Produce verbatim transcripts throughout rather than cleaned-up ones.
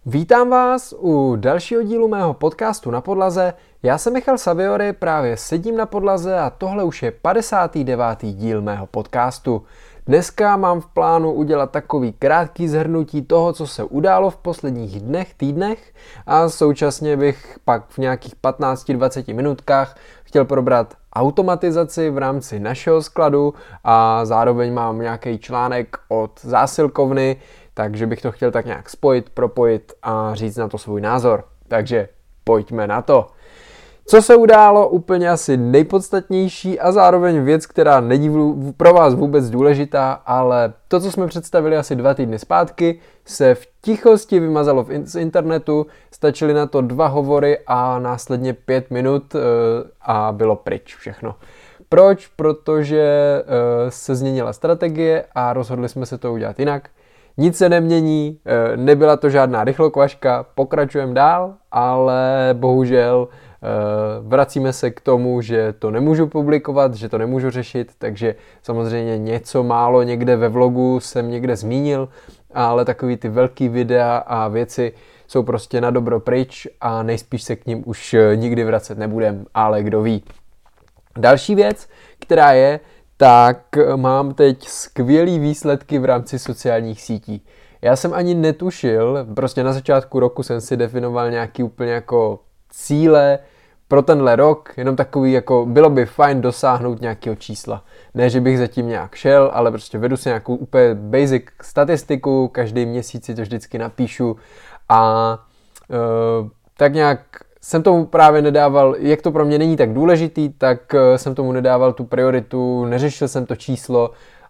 Vítám vás u dalšího dílu mého podcastu Na podlaze. Já jsem Michal Saviori, právě sedím na podlaze a tohle už je padesátý devátý díl mého podcastu. Dneska mám v plánu udělat takový krátký shrnutí toho, co se událo v posledních dnech, týdnech a současně bych pak v nějakých patnácti dvaceti minutkách chtěl probrat automatizaci v rámci našeho skladu a zároveň mám nějaký článek od zásilkovny, takže bych to chtěl tak nějak spojit, propojit a říct na to svůj názor. Takže pojďme na to. Co se událo, úplně asi nejpodstatnější a zároveň věc, která není pro vás vůbec důležitá, ale to, co jsme představili asi dva týdny zpátky, se v tichosti vymazalo z internetu, stačily na to dva hovory a následně pět minut a bylo pryč všechno. Proč? Protože se změnila strategie a rozhodli jsme se to udělat jinak. Nic se nemění, nebyla to žádná rychlokvaška, pokračujeme dál, ale bohužel vracíme se k tomu, že to nemůžu publikovat, že to nemůžu řešit, takže samozřejmě něco málo někde ve vlogu jsem někde zmínil, ale takový ty velký videa a věci jsou prostě na dobro pryč a nejspíš se k ním už nikdy vracet nebudem, ale kdo ví. Další věc, která je, tak mám teď skvělý výsledky v rámci sociálních sítí. Já jsem ani netušil, prostě na začátku roku jsem si definoval nějaký úplně jako cíle pro tenhle rok, jenom takový jako bylo by fajn dosáhnout nějakého čísla. Ne, že bych zatím nějak šel, ale prostě vedu si nějakou úplně basic statistiku, každý měsíc si to vždycky napíšu a uh, tak nějak jsem tomu právě nedával, jak to pro mě není tak důležitý, tak jsem tomu nedával tu prioritu, neřešil jsem to číslo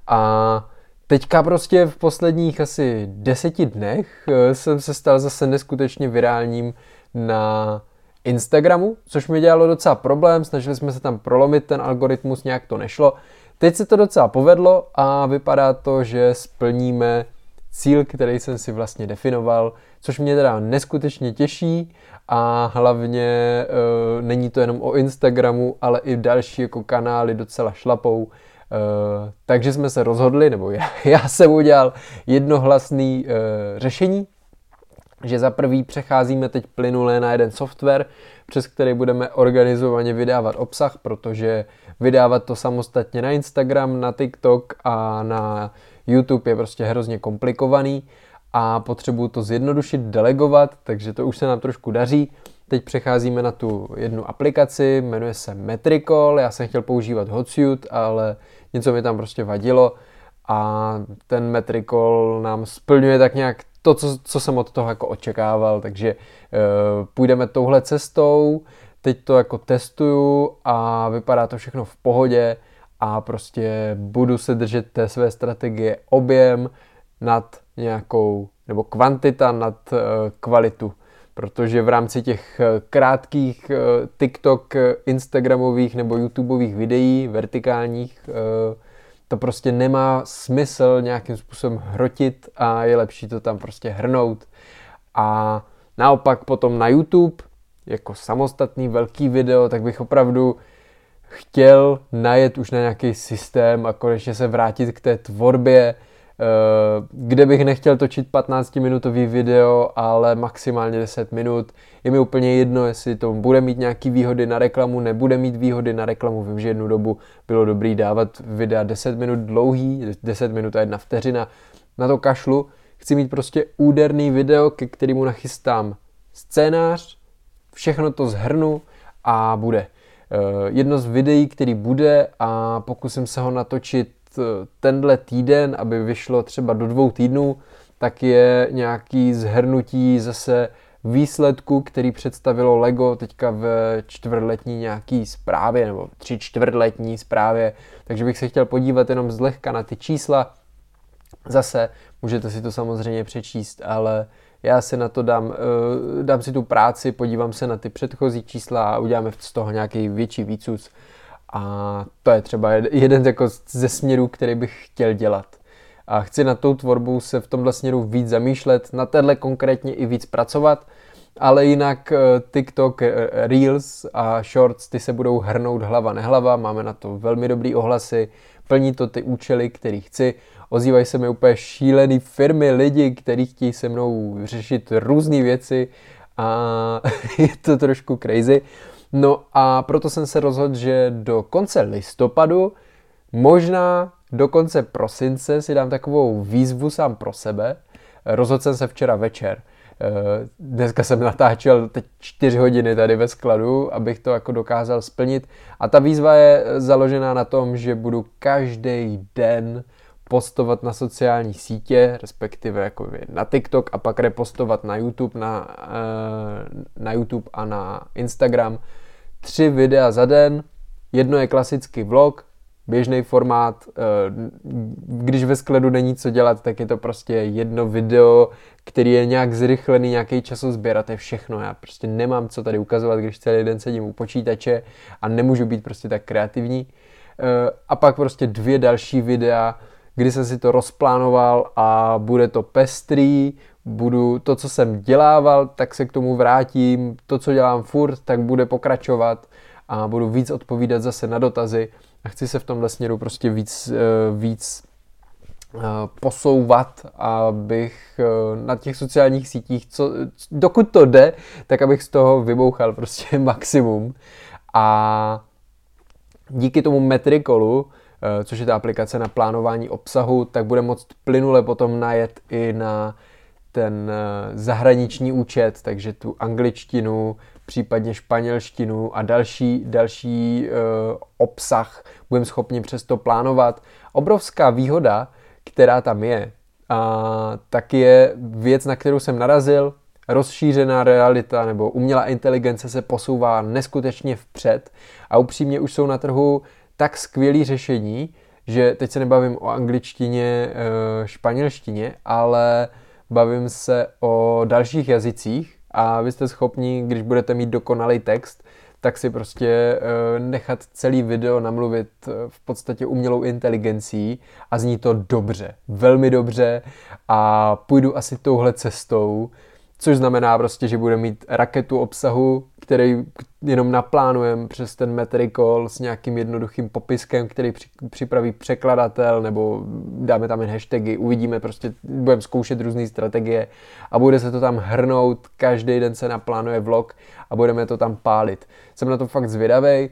a teďka prostě v posledních asi deseti dnech jsem se stal zase neskutečně virálním na Instagramu, což mi dělalo docela problém, snažili jsme se tam prolomit ten algoritmus, nějak to nešlo. Teď se to docela povedlo a vypadá to, že splníme cíl, který jsem si vlastně definoval, což mě teda neskutečně těší a hlavně e, není to jenom o Instagramu, ale i další jako kanály docela šlapou. E, takže jsme se rozhodli, nebo já, já jsem udělal jednohlasný e, řešení, že za prvý přecházíme teď plynule na jeden software, přes který budeme organizovaně vydávat obsah, protože vydávat to samostatně na Instagram, na TikTok a na YouTube je prostě hrozně komplikovaný a potřebuju to zjednodušit, delegovat, takže to už se nám trošku daří. Teď přecházíme na tu jednu aplikaci, jmenuje se Metricool, já jsem chtěl používat Hotsuite, ale něco mi tam prostě vadilo a ten Metricool nám splňuje tak nějak to, co, co jsem od toho jako očekával, takže uh, půjdeme touhle cestou, teď to jako testuju a vypadá to všechno v pohodě a prostě budu se držet té své strategie objem nad nějakou, nebo kvantita nad uh, kvalitu, protože v rámci těch uh, krátkých uh, TikTok, uh, Instagramových nebo YouTubeových videí, vertikálních, uh, to prostě nemá smysl nějakým způsobem hrotit a je lepší to tam prostě hrnout. A naopak potom na YouTube, jako samostatný velký video, tak bych opravdu chtěl najet už na nějaký systém a konečně se vrátit k té tvorbě, kde bych nechtěl točit patnáctiminutový video, ale maximálně deset minut. Je mi úplně jedno, jestli to bude mít nějaký výhody na reklamu, nebude mít výhody na reklamu. Vím, že jednu dobu bylo dobrý dávat videa deset minut dlouhý, deset minut a jedna vteřina. Na to kašlu. Chci mít prostě úderný video, ke kterému nachystám scénář, všechno to zhrnu a bude. Jedno z videí, který bude a pokusím se ho natočit tenhle týden, aby vyšlo třeba do dvou týdnů, tak je nějaký zhrnutí zase výsledku, který představilo Lego teďka v čtvrtletní nějaký zprávě nebo tři čtvrtletní zprávě, takže bych se chtěl podívat jenom zlehka na ty čísla. Zase můžete si to samozřejmě přečíst, ale já si na to dám, dám si tu práci, podívám se na ty předchozí čísla a uděláme z toho nějaký větší výcuc. A to je třeba jeden jako ze směrů, který bych chtěl dělat. A chci na tou tvorbou se v tomhle směru víc zamýšlet, na téhle konkrétně i víc pracovat, ale jinak TikTok, Reels a Shorts, ty se budou hrnout hlava nehlava, máme na to velmi dobrý ohlasy, plní to ty účely, který chci. Ozývají se mi úplně šílený firmy, lidi, kteří chtějí se mnou řešit různé věci a je to trošku crazy. No a proto jsem se rozhodl, že do konce listopadu, možná do konce prosince si dám takovou výzvu sám pro sebe. Rozhodl jsem se včera večer. Dneska jsem natáčel teď čtyři hodiny tady ve skladu, abych to jako dokázal splnit. A ta výzva je založená na tom, že budu každý den postovat na sociální sítě, respektive jako na TikTok a pak repostovat na YouTube, na, na YouTube a na Instagram. Tři videa za den, jedno je klasický vlog, běžný formát, když ve skladu není co dělat, tak je to prostě jedno video, který je nějak zrychlený, nějaký časozběr a to je všechno. Já prostě nemám co tady ukazovat, když celý den sedím u počítače a nemůžu být prostě tak kreativní. A pak prostě dvě další videa, kdy jsem si to rozplánoval a bude to pestrý, budu to, co jsem dělával, tak se k tomu vrátím, to, co dělám furt, tak bude pokračovat a budu víc odpovídat zase na dotazy a chci se v tomhle směru prostě víc, víc posouvat, abych na těch sociálních sítích, co, dokud to jde, tak abych z toho vybouchal prostě maximum a díky tomu Metricolu, což je ta aplikace na plánování obsahu, tak bude moct plynule potom najet i na ten zahraniční účet, takže tu angličtinu, případně španělštinu a další, další uh, obsah budeme schopni přesto plánovat. Obrovská výhoda, která tam je, a tak je věc, na kterou jsem narazil, rozšířená realita nebo umělá inteligence se posouvá neskutečně vpřed a upřímně už jsou na trhu tak skvělý řešení, že teď se nebavím o angličtině, španělštině, ale bavím se o dalších jazycích a vy jste schopni, když budete mít dokonalý text, tak si prostě nechat celý video namluvit v podstatě umělou inteligencí a zní to dobře, velmi dobře a půjdu asi touhle cestou, což znamená prostě, že bude mít raketu obsahu, který jenom naplánujeme přes ten Metricol s nějakým jednoduchým popiskem, který připraví překladatel, nebo dáme tam jen hashtagy, uvidíme, prostě budeme zkoušet různé strategie a bude se to tam hrnout, každý den se naplánuje vlog a budeme to tam pálit. Jsem na to fakt zvědavej,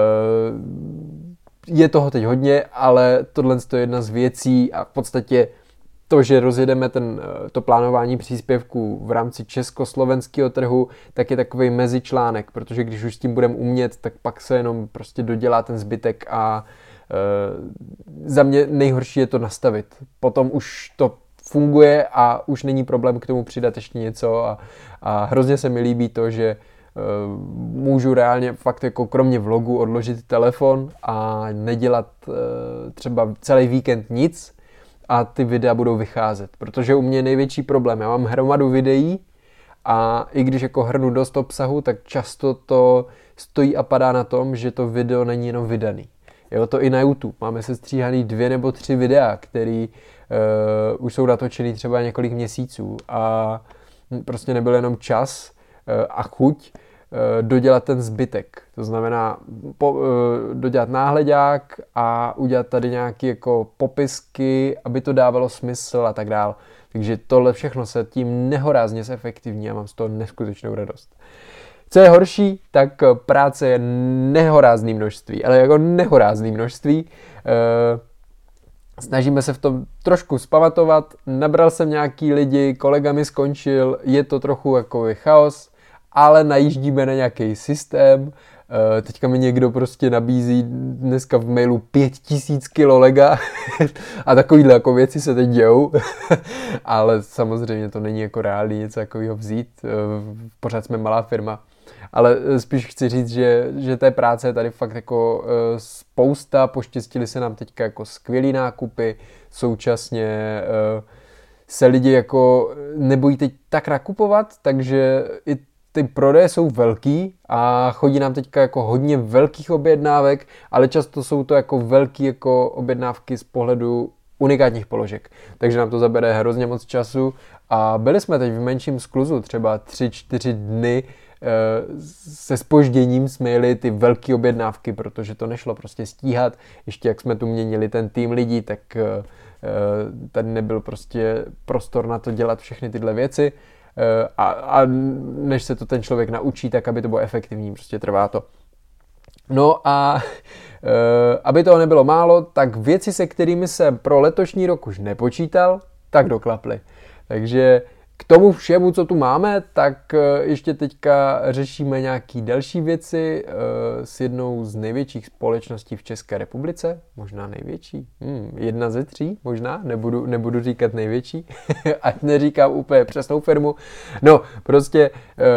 je toho teď hodně, ale tohle je jedna z věcí a v podstatě to, že rozjedeme ten, to plánování příspěvků v rámci československého trhu, tak je takový mezičlánek, protože když už s tím budeme umět, tak pak se jenom prostě dodělá ten zbytek a e, za mě nejhorší je to nastavit. Potom už to funguje a už není problém k tomu přidat ještě něco a, a hrozně se mi líbí to, že e, můžu reálně fakt jako kromě vlogu odložit telefon a nedělat e, třeba celý víkend nic, a ty videa budou vycházet, protože u mě je největší problém. Já mám hromadu videí a i když jako hrnu dost obsahu, tak často to stojí a padá na tom, že to video není jenom vydaný. Jo, to i na YouTube. Máme se stříhaný dvě nebo tři videa, které uh, už jsou natočený třeba několik měsíců a prostě nebyl jenom čas uh, a chuť dodělat ten zbytek. To znamená po, dodělat náhleďák a udělat tady nějaké jako popisky, aby to dávalo smysl a tak dál. Takže tohle všechno se tím nehorázně zefektivní a mám z toho neskutečnou radost. Co je horší, tak práce je nehorázný množství, ale jako nehorázný množství. Snažíme se v tom trošku zpamatovat. Nabral jsem nějaký lidi, kolega mi skončil, je to trochu jako chaos, ale najíždíme na nějaký systém. Teďka mi někdo prostě nabízí dneska v mailu pět tisíc kilo lega a takovýhle jako věci se teď dějou, ale samozřejmě to není jako reálný něco takového vzít. Pořád jsme malá firma, ale spíš chci říct, že, že té práce je tady fakt jako spousta, poštěstili se nám teďka jako skvělý nákupy, současně se lidi jako nebojí teď tak nakupovat, takže i ty prodeje jsou velký a chodí nám teďka jako hodně velkých objednávek, ale často jsou to jako velký jako objednávky z pohledu unikátních položek. Takže nám to zabere hrozně moc času a byli jsme teď v menším skluzu, třeba tři čtyři dny se zpožděním jsme jeli ty velké objednávky, protože to nešlo prostě stíhat. Ještě jak jsme tu měnili ten tým lidí, tak tady nebyl prostě prostor na to dělat všechny tyhle věci. A, a než se to ten člověk naučí, tak aby to bylo efektivní, prostě trvá to. No a e, aby toho nebylo málo, tak věci, se kterými jsem pro letošní rok už nepočítal, tak doklaply. Takže k tomu všemu, co tu máme, tak ještě teďka řešíme nějaké další věci s jednou z největších společností v České republice. Možná největší. Hmm, jedna ze tří, možná. Nebudu, nebudu říkat největší. Ať neříkám úplně přesnou firmu. No, prostě,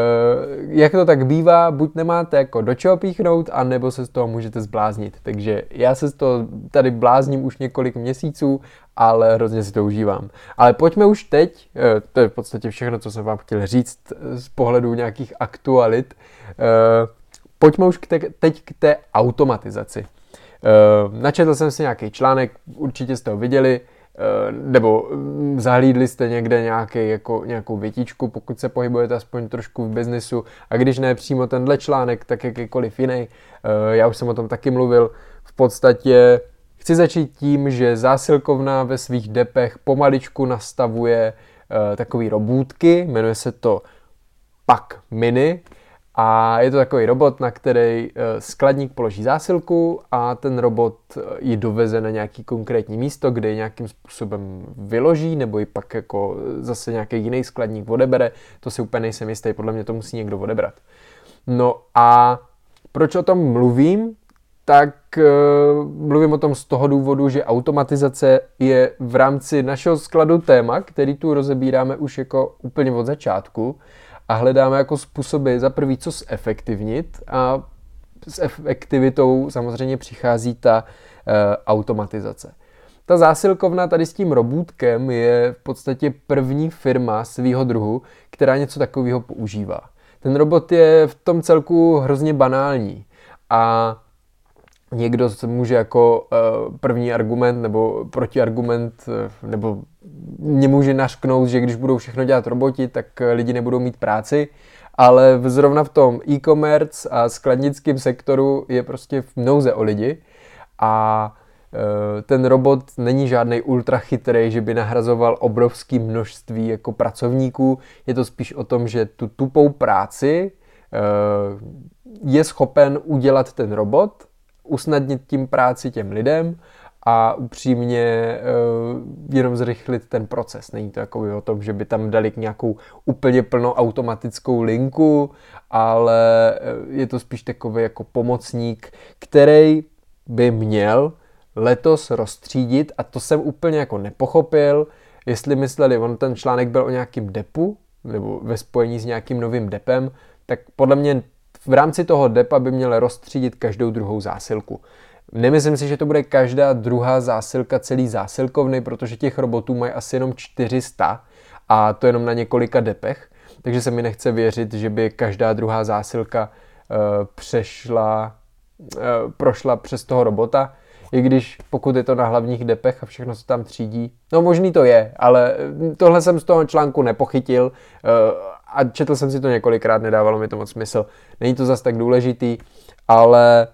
jak to tak bývá, buď nemáte jako do čeho píchnout, anebo se z toho můžete zbláznit. Takže já se z toho tady blázním už několik měsíců, ale hrozně si to užívám. Ale pojďme už teď, to je v podstatě všechno, co jsem vám chtěl říct z pohledu nějakých aktualit, pojďme už k te, teď k té automatizaci. Načetl jsem si nějaký článek, určitě jste ho viděli, nebo zahlídli jste někde nějaký, jako, nějakou větičku, pokud se pohybujete aspoň trošku v biznisu, a když ne přímo tenhle článek, tak jakýkoliv jiný. Já už jsem o tom taky mluvil. V podstatě chci začít tím, že zásilkovna ve svých depech pomaličku nastavuje uh, takový robůtky, jmenuje se to Pack Mini a je to takový robot, na který uh, skladník položí zásilku a ten robot ji doveze na nějaký konkrétní místo, kde ji nějakým způsobem vyloží, nebo ji pak jako zase nějaký jiný skladník odebere. To si úplně nejsem jistý, podle mě to musí někdo odebrat. No a proč o tom mluvím? Tak uh, mluvím o tom z toho důvodu, že automatizace je v rámci našeho skladu téma, který tu rozebíráme už jako úplně od začátku a hledáme jako způsoby za prvý, co zefektivnit, a s efektivitou samozřejmě přichází ta uh, automatizace. Ta zásilkovna tady s tím robůtkem je v podstatě první firma svýho druhu, která něco takového používá. Ten robot je v tom celku hrozně banální a někdo se může jako uh, první argument nebo protiargument, uh, nebo mě může nařknout, že když budou všechno dělat roboti, tak uh, lidi nebudou mít práci, ale zrovna v tom e-commerce a skladnickém sektoru je prostě v nouze o lidi a uh, ten robot není žádnej ultra chytrý, že by nahrazoval obrovské množství jako pracovníků. Je to spíš o tom, že tu tupou práci uh, je schopen udělat ten robot, usnadnit tím práci těm lidem a upřímně uh, jenom zrychlit ten proces. Není to jako o tom, že by tam dali nějakou úplně plnou automatickou linku, ale je to spíš takový jako pomocník, který by měl letos rozstřídit, a to jsem úplně jako nepochopil, jestli mysleli, on ten článek byl o nějakým depu, nebo ve spojení s nějakým novým depem, tak podle mě v rámci toho depa by měl rozstřídit každou druhou zásilku. Nemyslím si, že to bude každá druhá zásilka celý zásilkovny, protože těch robotů mají asi jenom čtyři sta a to jenom na několika depech, takže se mi nechce věřit, že by každá druhá zásilka uh, přešla, uh, prošla přes toho robota, i když pokud je to na hlavních depech a všechno se tam třídí. No možný to je, ale tohle jsem z toho článku nepochytil uh, a četl jsem si to několikrát, nedávalo mi to moc smysl. Není to zas tak důležitý, ale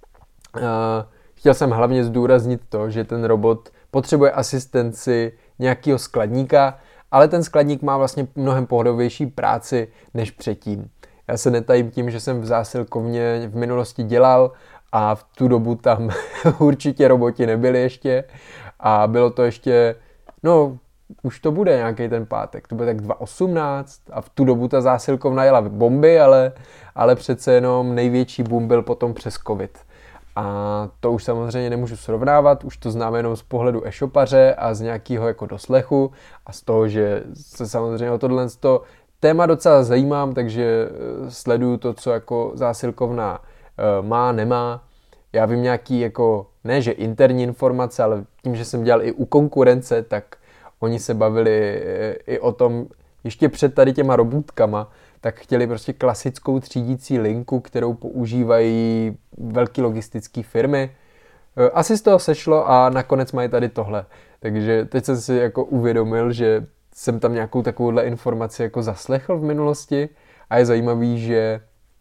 uh, chtěl jsem hlavně zdůraznit to, že ten robot potřebuje asistenci nějakého skladníka, ale ten skladník má vlastně mnohem pohodovější práci než předtím. Já se netajím tím, že jsem v zásilkovně v minulosti dělal a v tu dobu tam určitě roboti nebyli ještě a bylo to ještě, no už to bude nějaký ten pátek, to bude tak dva tisíce osmnáct a v tu dobu ta zásilkovna jela bomby, ale, ale přece jenom největší boom byl potom přes covid. A to už samozřejmě nemůžu srovnávat, už to známe jenom z pohledu e-shopaře a z nějakého jako doslechu a z toho, že se samozřejmě o tohle téma docela zajímám, takže sleduju to, co jako zásilkovna má, nemá. Já vím nějaký jako, ne že interní informace, ale tím, že jsem dělal i u konkurence, tak oni se bavili i o tom, ještě před tady těma robůtkama, tak chtěli prostě klasickou třídící linku, kterou používají velké logistické firmy. Asi z toho sešlo a nakonec mají tady tohle. Takže teď jsem si jako uvědomil, že jsem tam nějakou takovouhle informaci jako zaslechl v minulosti a je zajímavý, že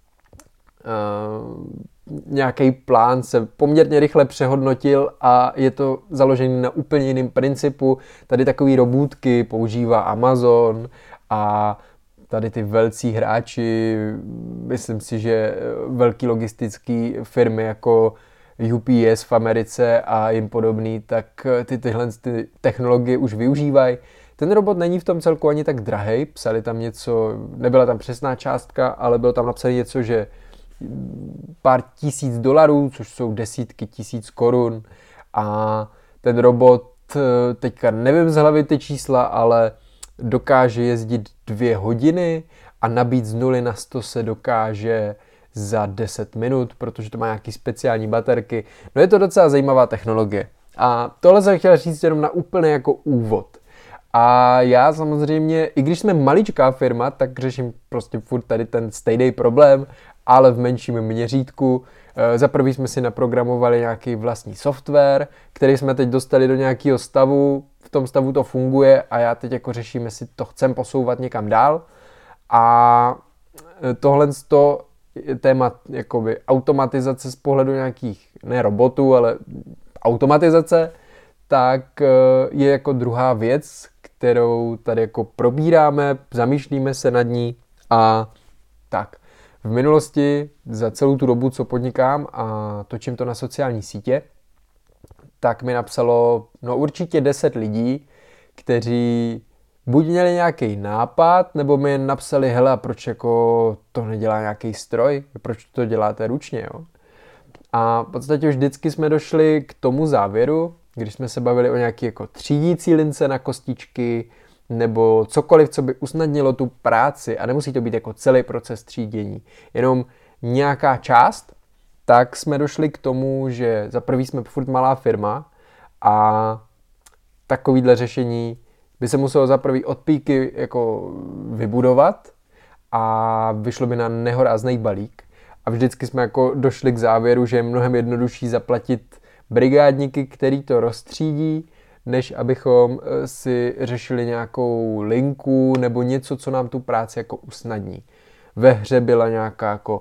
uh, nějaký plán se poměrně rychle přehodnotil a je to založený na úplně jiném principu. Tady takový robůtky používá Amazon a tady ty velcí hráči, myslím si, že velký logistický firmy jako U P S v Americe a jim podobný, tak ty tyhle ty technologie už využívají. Ten robot není v tom celku ani tak drahej, psali tam něco, nebyla tam přesná částka, ale bylo tam napsané něco, že pár tisíc dolarů, což jsou desítky tisíc korun a ten robot, teďka nevím z hlavy ty čísla, ale dokáže jezdit dvě hodiny a nabít z nuly na sto se dokáže za deset minut, protože to má nějaký speciální baterky. No je to docela zajímavá technologie. A tohle jsem chtěl říct jenom na úplně jako úvod. A já samozřejmě, i když jsme maličká firma, tak řeším prostě furt tady ten stejný problém, ale v menším měřítku. Za prvý jsme si naprogramovali nějaký vlastní software, který jsme teď dostali do nějakého stavu, v tom stavu to funguje a já teď jako řeším, jestli to chcem posouvat někam dál. A tohle to téma jakoby automatizace z pohledu nějakých, ne robotů, ale automatizace, tak je jako druhá věc, kterou tady jako probíráme, zamýšlíme se nad ní a tak. V minulosti za celou tu dobu, co podnikám a točím to na sociální sítě, tak mi napsalo no určitě deset lidí, kteří buď měli nějaký nápad, nebo mi napsali, hele, a proč jako to nedělá nějaký stroj, proč to děláte ručně, jo? A v podstatě už vždycky jsme došli k tomu závěru, když jsme se bavili o nějaký jako třídící lince na kostičky, nebo cokoliv, co by usnadnilo tu práci a nemusí to být jako celý proces třídění, jenom nějaká část, tak jsme došli k tomu, že za prvý jsme furt malá firma a takovýhle řešení by se muselo za prvý od píky jako vybudovat a vyšlo by na nehoráznej balík. A vždycky jsme jako došli k závěru, že je mnohem jednodušší zaplatit brigádníky, který to rozstřídí, než abychom si řešili nějakou linku nebo něco, co nám tu práci jako usnadní. Ve hře byla nějaká jako,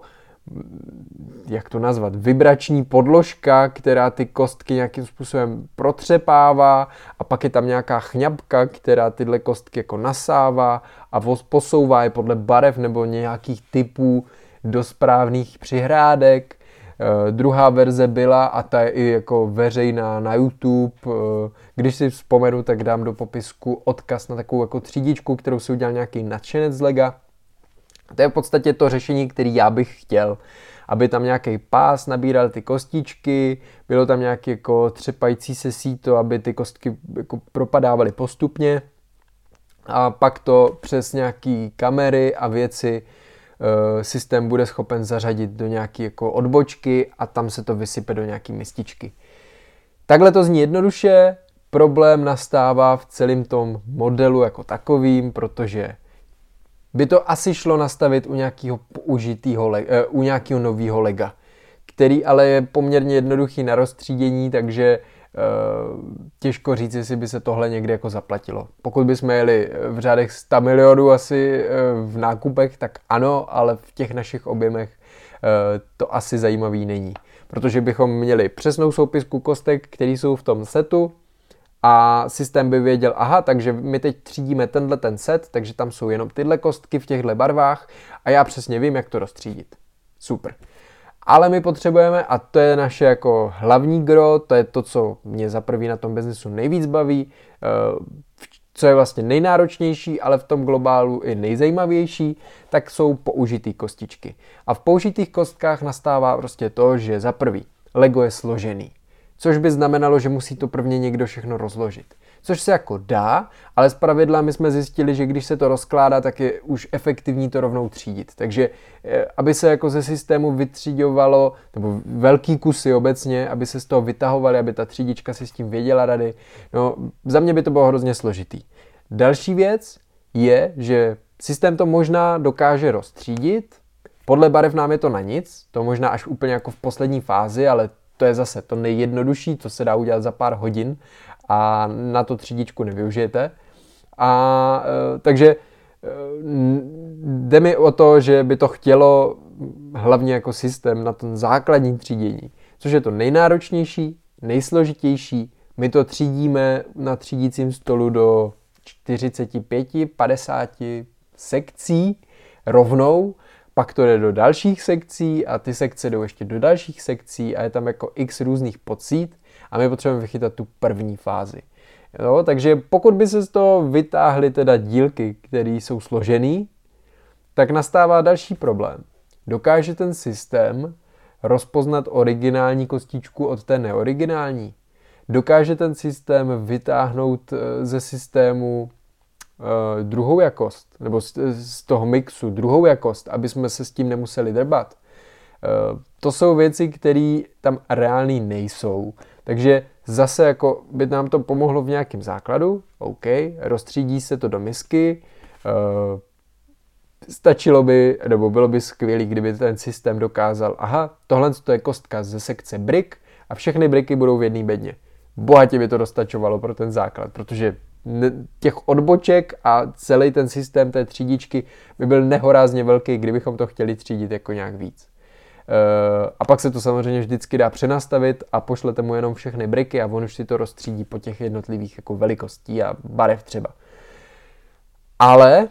jak to nazvat, vibrační podložka, která ty kostky nějakým způsobem protřepává a pak je tam nějaká chňapka, která tyhle kostky jako nasává a posouvá je podle barev nebo nějakých typů do správných přihrádek. Uh, druhá verze byla, a ta je i jako veřejná na YouTube, uh, když si vzpomenu, tak dám do popisku odkaz na takovou jako třídičku, kterou si udělal nějaký nadšenec z Lega. To je v podstatě to řešení, který já bych chtěl, aby tam nějaký pás nabíral ty kostičky, bylo tam nějaký jako třepající se síto, aby ty kostky jako propadávaly postupně a pak to přes nějaký kamery a věci systém bude schopen zařadit do nějaké jako odbočky a tam se to vysype do nějaké mističky. Takhle to zní jednoduše, problém nastává v celém tom modelu jako takovým, protože by to asi šlo nastavit u nějakého použitého, u nějakého nového Lega, který ale je poměrně jednoduchý na rozstřídění, takže těžko říct, jestli by se tohle někdy jako zaplatilo. Pokud bychom jeli v řádech sto milionů asi v nákupech, tak ano, ale v těch našich objemech to asi zajímavý není. Protože bychom měli přesnou soupisku kostek, které jsou v tom setu a systém by věděl, aha, takže my teď třídíme tenhle ten set, takže tam jsou jenom tyhle kostky v těchto barvách a já přesně vím, jak to rozstřídit. Super. Ale my potřebujeme, a to je naše jako hlavní gro, to je to, co mě za prvý na tom biznesu nejvíc baví, co je vlastně nejnáročnější, ale v tom globálu i nejzajímavější, tak jsou použitý kostičky. A v použitých kostkách nastává prostě to, že za prvý Lego je složený, což by znamenalo, že musí to prvně někdo všechno rozložit. Což se jako dá, ale zpravidla my jsme zjistili, že když se to rozkládá, tak je už efektivní to rovnou třídit. Takže aby se jako ze systému vytříďovalo, nebo velký kusy obecně, aby se z toho vytahovaly, aby ta třídička si s tím věděla rady, no za mě by to bylo hrozně složitý. Další věc je, že systém to možná dokáže rozstřídit, podle barev nám je to na nic, to možná až úplně jako v poslední fázi, ale to je zase to nejjednodušší, co se dá udělat za pár hodin a na to třídičku nevyužijete. A e, takže jde mi o to, že by to chtělo hlavně jako systém na tom základní třídění, což je to nejnáročnější, nejsložitější. My to třídíme na třídícím stolu do čtyřicet pět padesát sekcí rovnou, pak to jde do dalších sekcí a ty sekce jdou ještě do dalších sekcí a je tam jako x různých podsít a my potřebujeme vychytat tu první fázi. Jo, takže pokud by se z toho vytáhly teda dílky, které jsou složený, tak nastává další problém. Dokáže ten systém rozpoznat originální kostičku od té neoriginální? Dokáže ten systém vytáhnout ze systému uh, druhou jakost, nebo z, z toho mixu druhou jakost, aby jsme se s tím nemuseli drbat? Uh, to jsou věci, které tam reální nejsou. Takže zase jako by nám to pomohlo v nějakém základu, OK, rozstřídí se to do misky, uh, stačilo by, nebo bylo by skvělé, kdyby ten systém dokázal, aha, tohle je kostka ze sekce brick a všechny bricky budou v jedné bedně. Bohatě by to dostačovalo pro ten základ, protože těch odboček a celý ten systém té třídičky by byl nehorázně velký, kdybychom to chtěli třídit jako nějak víc. A pak se to samozřejmě vždycky dá přenastavit a pošlete mu jenom všechny briky a on už si to rozstřídí po těch jednotlivých jako velikostí a barev třeba. Ale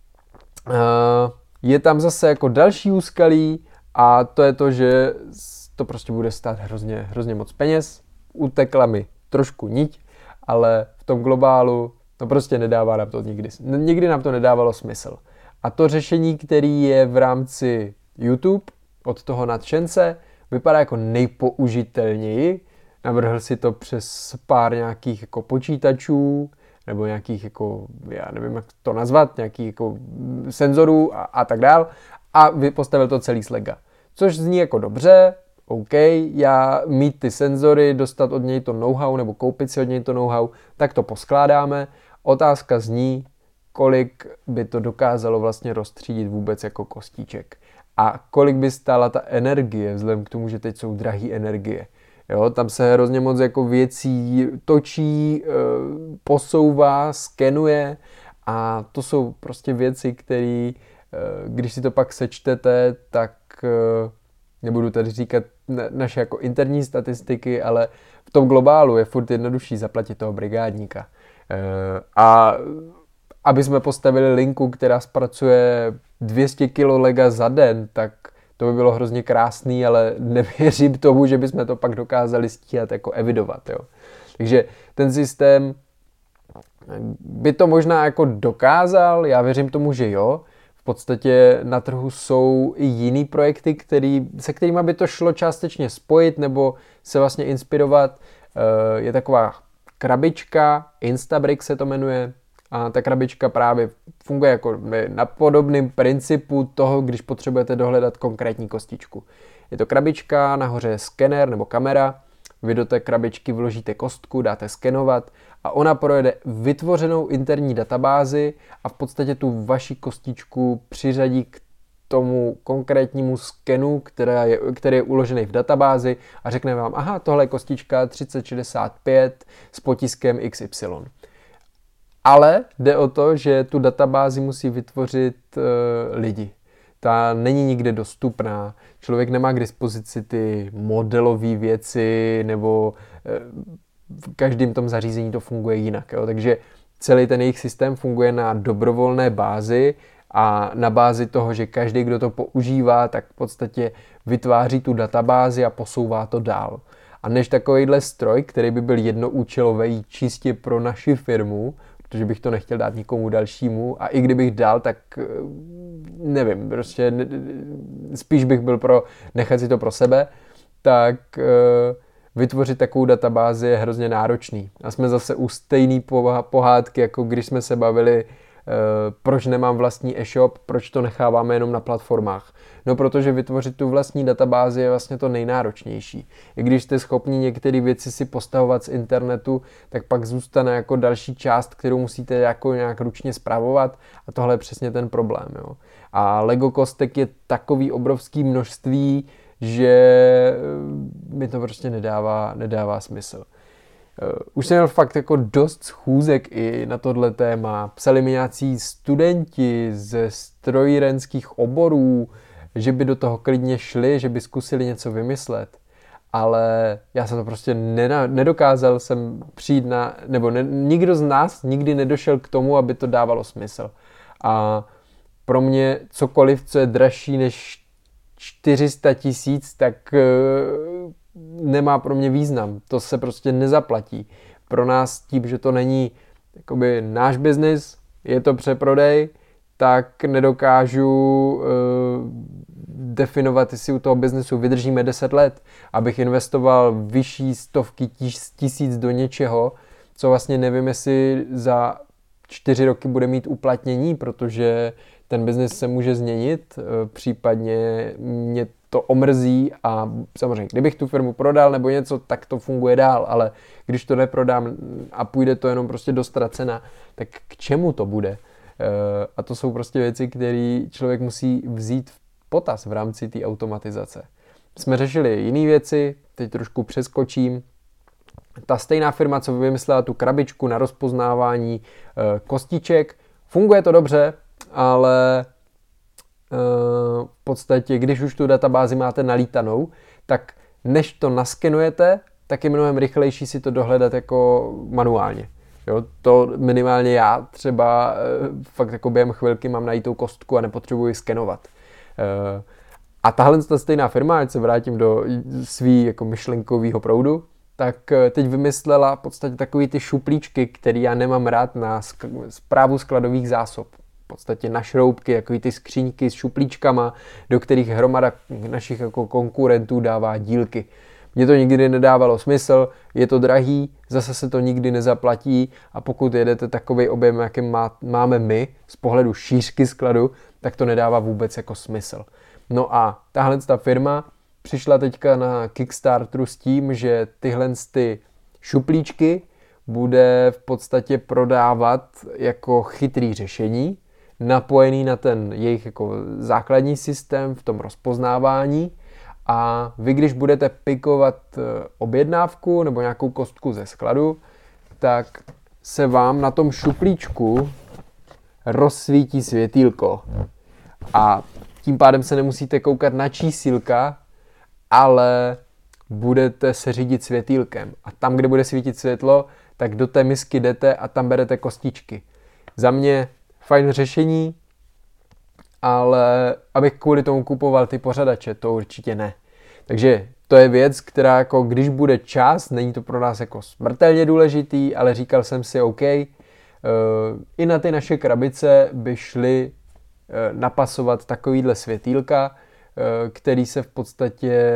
je tam zase jako další úskalí a to je to, že to prostě bude stát hrozně, hrozně moc peněz. Utekla mi trošku niť, ale v tom globálu to prostě nedává nám to nikdy. Nikdy nám to nedávalo smysl. A to řešení, který je v rámci YouTube od toho nadšence, vypadá jako nejpoužitelněji. Navrhl si to přes pár nějakých jako počítačů, nebo nějakých jako, já nevím, jak to nazvat, nějakých jako senzorů a, a tak dál. A postavil to celý z lega. Což zní jako dobře, OK, já mít ty senzory, dostat od něj to know-how, nebo koupit si od něj to know-how, tak to poskládáme. Otázka zní, kolik by to dokázalo vlastně rozstřídit vůbec jako kostíček. A kolik by stála ta energie, vzhledem k tomu, že teď jsou drahé energie. Jo, tam se hrozně moc jako věcí točí, posouvá, skenuje a to jsou prostě věci, které, když si to pak sečtete, tak nebudu tady říkat naše jako interní statistiky, ale v tom globálu je furt jednodušší zaplatit toho brigádníka. A aby jsme postavili linku, která zpracuje dvě stě kilo lega za den, tak to by bylo hrozně krásný, ale nevěřím tomu, že bychom to pak dokázali stíhat jako evidovat. Jo. Takže ten systém by to možná jako dokázal, já věřím tomu, že jo. V podstatě na trhu jsou i jiný projekty, který, se kterými by to šlo částečně spojit nebo se vlastně inspirovat. Je taková krabička, Instabrick se to jmenuje, a ta krabička právě funguje jako na podobném principu toho, když potřebujete dohledat konkrétní kostičku. Je to krabička, nahoře je skener nebo kamera, vy do té krabičky vložíte kostku, dáte skenovat a ona projede vytvořenou interní databázi a v podstatě tu vaši kostičku přiřadí k tomu konkrétnímu skenu, která je, který je uložený v databázi a řekne vám, aha, tohle je kostička třicet šedesát pět s potiskem iks ypsilon. Ale jde o to, že tu databázi musí vytvořit e, lidi. Ta není nikde dostupná. Člověk nemá k dispozici ty modelové věci, nebo e, v každém tom zařízení to funguje jinak. Jo? Takže celý ten jejich systém funguje na dobrovolné bázi a na bázi toho, že každý, kdo to používá, tak v podstatě vytváří tu databázi a posouvá to dál. A než takovýhle stroj, který by byl jednoúčelový čistě pro naši firmu, protože bych to nechtěl dát nikomu dalšímu a i kdybych dal, tak nevím, prostě spíš bych byl pro nechat si to pro sebe, tak vytvořit takovou databázi je hrozně náročný. A jsme zase u stejné pohádky, jako když jsme se bavili, proč nemám vlastní e-shop, proč to necháváme jenom na platformách. No protože vytvořit tu vlastní databázi je vlastně to nejnáročnější. I když jste schopni některé věci si postavovat z internetu, tak pak zůstane jako další část, kterou musíte jako nějak ručně spravovat a tohle je přesně ten problém. Jo. A Lego kostek je takový obrovský množství, že mi to prostě nedává, nedává smysl. už jsem měl fakt jako dost schůzek i na tohle téma. Psali mi nějací studenti ze strojírenských oborů, že by do toho klidně šli, že by zkusili něco vymyslet. Ale já jsem to prostě nena, nedokázal jsem přijít na, nebo ne, nikdo z nás nikdy nedošel k tomu, aby to dávalo smysl. A pro mě cokoliv, co je dražší než čtyři sta tisíc, tak uh, nemá pro mě význam. To se prostě nezaplatí. Pro nás tím, že to není jakoby náš biznis, je to přeprodej, tak nedokážu uh, definovat, jestli u toho biznesu vydržíme deset let, abych investoval vyšší stovky tisíc do něčeho, co vlastně nevím, jestli za čtyři roky bude mít uplatnění, protože ten biznis se může změnit, případně mě to omrzí a samozřejmě, kdybych tu firmu prodal nebo něco, tak to funguje dál, ale když to neprodám a půjde to jenom prostě do ztracena, tak k čemu to bude? A to jsou prostě věci, které člověk musí vzít v potaz v rámci té automatizace. Jsme řešili jiné věci, teď trošku přeskočím. Ta stejná firma, co vymyslela tu krabičku na rozpoznávání kostiček, funguje to dobře, ale v podstatě, když už tu databázi máte nalítanou, tak než to naskenujete, tak je mnohem rychlejší si to dohledat jako manuálně. Jo, to minimálně já třeba fakt jako během chvilky mám najít tou kostku a nepotřebuji skenovat. A tahle ta stejná firma, ať se vrátím do svý jako myšlenkového proudu, tak teď vymyslela v podstatě takový ty šuplíčky, které já nemám rád na správu skladových zásob. V podstatě na šroubky, takový ty skříňky s šuplíčkama, do kterých hromada našich jako konkurentů dává dílky. Mně to nikdy nedávalo smysl, je to drahý, zase se to nikdy nezaplatí a pokud jedete takový objem, jaký má, máme my z pohledu šířky skladu, tak to nedává vůbec jako smysl. No a tahle ta firma přišla teďka na Kickstarteru s tím, že tyhle ty šuplíčky bude v podstatě prodávat jako chytrý řešení, napojený na ten jejich jako základní systém v tom rozpoznávání. A vy, když budete pikovat objednávku nebo nějakou kostku ze skladu, tak se vám na tom šuplíčku rozsvítí světýlko. A tím pádem se nemusíte koukat na čísílka, ale budete se řídit světýlkem. A tam, kde bude svítit světlo, tak do té misky jdete a tam berete kostičky. Za mě fajn řešení, ale abych kvůli tomu kupoval ty pořadače, to určitě ne. Takže to je věc, která jako když bude čas, není to pro nás jako smrtelně důležitý, ale říkal jsem si OK, i na ty naše krabice by šly napasovat takovýhle světýlka, který se v podstatě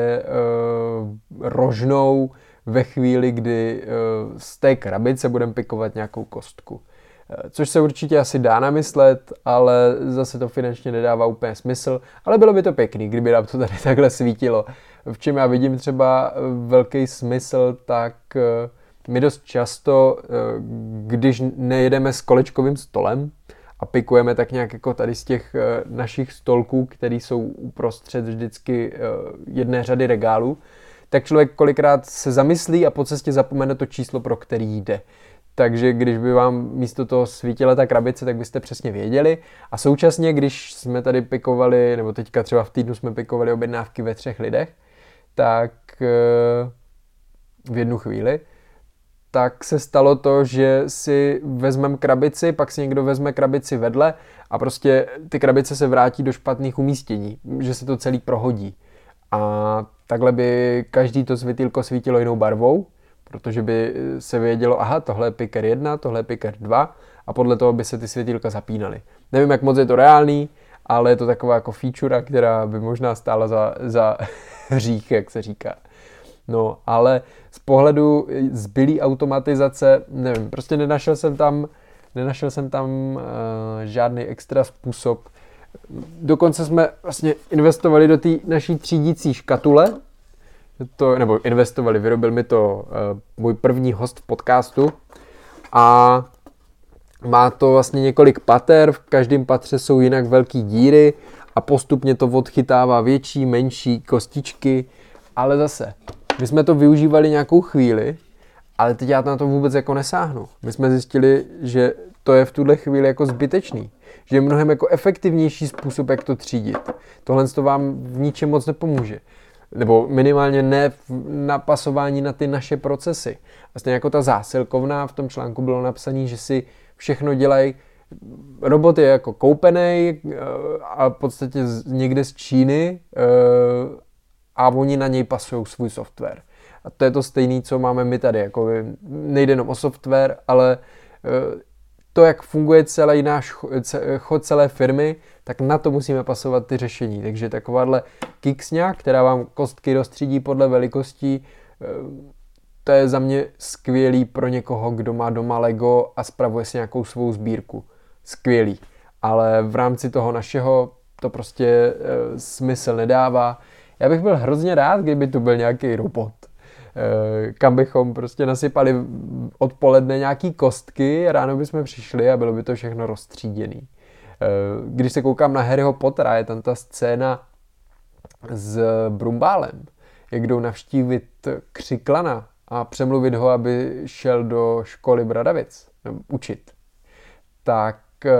rožnou ve chvíli, kdy z té krabice budeme pikovat nějakou kostku. Což se určitě asi dá namyslet, ale zase to finančně nedává úplně smysl, ale bylo by to pěkný, kdyby nám to tady takhle svítilo. V čem já vidím třeba velký smysl, tak my dost často, když nejedeme s kolečkovým stolem a pikujeme tak nějak jako tady z těch našich stolků, které jsou uprostřed vždycky jedné řady regálů, tak člověk kolikrát se zamyslí a po cestě zapomene to číslo, pro který jde. Takže když by vám místo toho svítila ta krabice, tak byste přesně věděli. A současně, když jsme tady pikovali, nebo teďka třeba v týdnu jsme pikovali objednávky ve třech lidech, tak v jednu chvíli, tak se stalo to, že si vezmeme krabici, pak si někdo vezme krabici vedle a prostě ty krabice se vrátí do špatných umístění, že se to celý prohodí. A takhle by každý to světýlko svítilo jinou barvou, protože by se vědělo, aha, tohle je picker jedna, tohle je picker dva a podle toho by se ty světýlka zapínaly. Nevím, jak moc je to reálný, ale je to taková jako feature, která by možná stála za, za hřích, jak se říká. No, ale z pohledu zbylý automatizace, nevím, prostě nenašel jsem tam, nenašel jsem tam uh, žádný extra způsob. Dokonce jsme vlastně investovali do té naší třídící škatule, to, nebo investovali, vyrobil mi to uh, můj první host v podcastu a má to vlastně několik pater, v každém patře jsou jinak velký díry a postupně to odchytává větší, menší kostičky, ale zase, my jsme to využívali nějakou chvíli ale teď já na to vůbec jako nesáhnu. My jsme zjistili, že to je v tuhle chvíli jako zbytečný. Že je mnohem jako efektivnější způsob, jak to třídit. Tohle to vám v ničem moc nepomůže. Nebo minimálně ne v napasování na ty naše procesy. A stejně jako ta zásilkovna, v tom článku bylo napsané, že si všechno dělají, robot je jako koupený a v podstatě někde z Číny a oni na něj pasují svůj software. A to je to stejné, co máme my tady. Jako nejde jenom o software, ale to, jak funguje celý náš chod celé firmy, tak na to musíme pasovat ty řešení. Takže takováhle kiksňa, která vám kostky rozstřídí podle velikostí, to je za mě skvělý pro někoho, kdo má doma Lego a spravuje si nějakou svou sbírku. Skvělý. Ale v rámci toho našeho to prostě e, smysl nedává. Já bych byl hrozně rád, kdyby tu byl nějaký robot, e, kam bychom prostě nasypali odpoledne nějaký kostky, ráno bychom přišli a bylo by to všechno rozstříděný. E, když se koukám na Harryho Pottera, je tam ta scéna s Brumbálem, jak jdou navštívit Křiklana a přemluvit ho, aby šel do školy Bradavic učit. Tak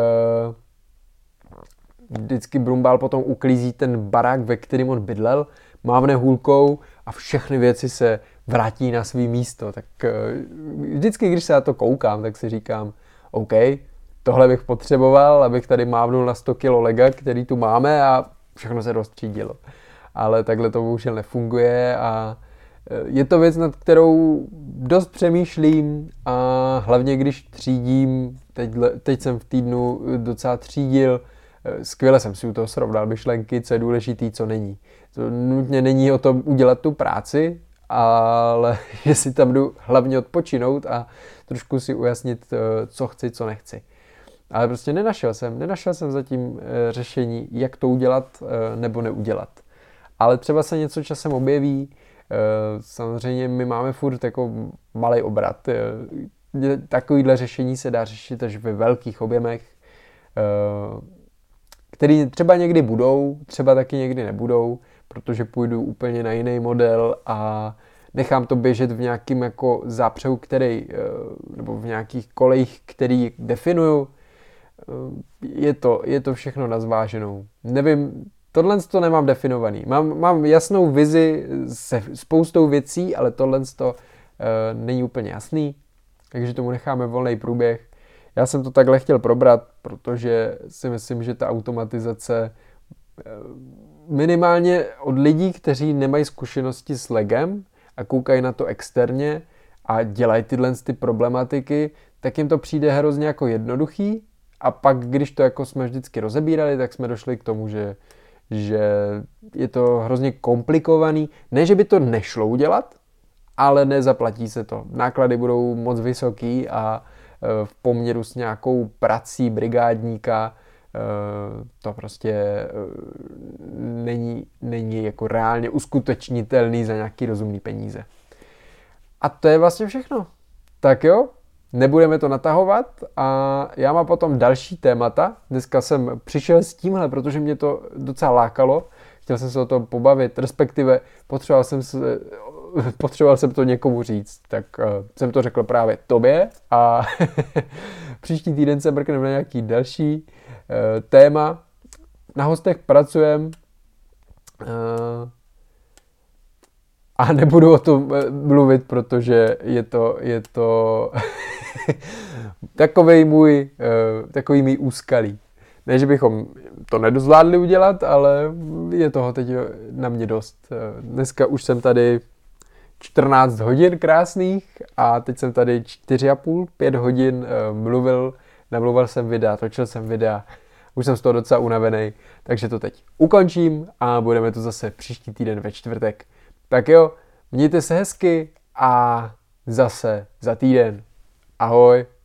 vždycky Brumbál potom uklízí ten barák, ve kterém on bydlel, mávne hůlkou a všechny věci se vrátí na svý místo. Tak vždycky, když se na to koukám, tak si říkám, OK, tohle bych potřeboval, abych tady mávnul na sto kilo lega, který tu máme a všechno se rozstřídilo. Ale takhle to bohužel nefunguje a je to věc, nad kterou dost přemýšlím a hlavně když třídím, teď, teď jsem v týdnu docela třídil, skvěle jsem si u toho srovnal myšlenky, co je důležitý, co není. To nutně není o tom udělat tu práci, ale že si tam jdu hlavně odpočinout a trošku si ujasnit, co chci, co nechci. Ale prostě nenašel jsem, nenašel jsem zatím řešení, jak to udělat nebo neudělat. Ale třeba se něco časem objeví. Samozřejmě my máme furt jako malý obrat. Takovýhle řešení se dá řešit až ve velkých objemech, který třeba někdy budou, třeba taky někdy nebudou, protože půjdu úplně na jiný model a nechám to běžet v nějakým jako zápřehu, který, nebo v nějakých kolejích, který definuju. Je to, je to všechno na zváženou. Nevím, tohle to nemám definovaný. Mám, mám jasnou vizi se spoustou věcí, ale tohle to uh, není úplně jasný, takže tomu necháme volný průběh. Já jsem to takhle chtěl probrat, protože si myslím, že ta automatizace uh, minimálně od lidí, kteří nemají zkušenosti s legem a koukají na to externě a dělají tyhle ty problematiky, tak jim to přijde hrozně jako jednoduchý a pak, když to jako jsme vždycky rozebírali, tak jsme došli k tomu, že že je to hrozně komplikovaný. Ne, že by to nešlo udělat, ale nezaplatí se to. Náklady budou moc vysoký a v poměru s nějakou prací brigádníka to prostě není, není jako reálně uskutečnitelný za nějaký rozumný peníze. A to je vlastně všechno. Tak jo, nebudeme to natahovat a já mám potom další témata. Dneska jsem přišel s tímhle, protože mě to docela lákalo. Chtěl jsem se o tom pobavit, respektive potřeboval jsem, se, potřeboval jsem to někomu říct. Tak uh, jsem to řekl právě tobě a příští týden se mrkneme na nějaký další uh, téma. Na hostech pracujem uh, a nebudu o tom mluvit, protože je to, je to takovej můj, takový můj úskalí. Ne, že bychom to nedozvládli udělat, ale je toho teď na mě dost. Dneska už jsem tady čtrnáct hodin krásných a teď jsem tady čtyři a půl, pět hodin mluvil, namluvil jsem videa, točil jsem videa. Už jsem z toho docela unavený, takže to teď ukončím a budeme tu zase příští týden ve čtvrtek. Tak jo, mějte se hezky a zase za týden. Ahoj.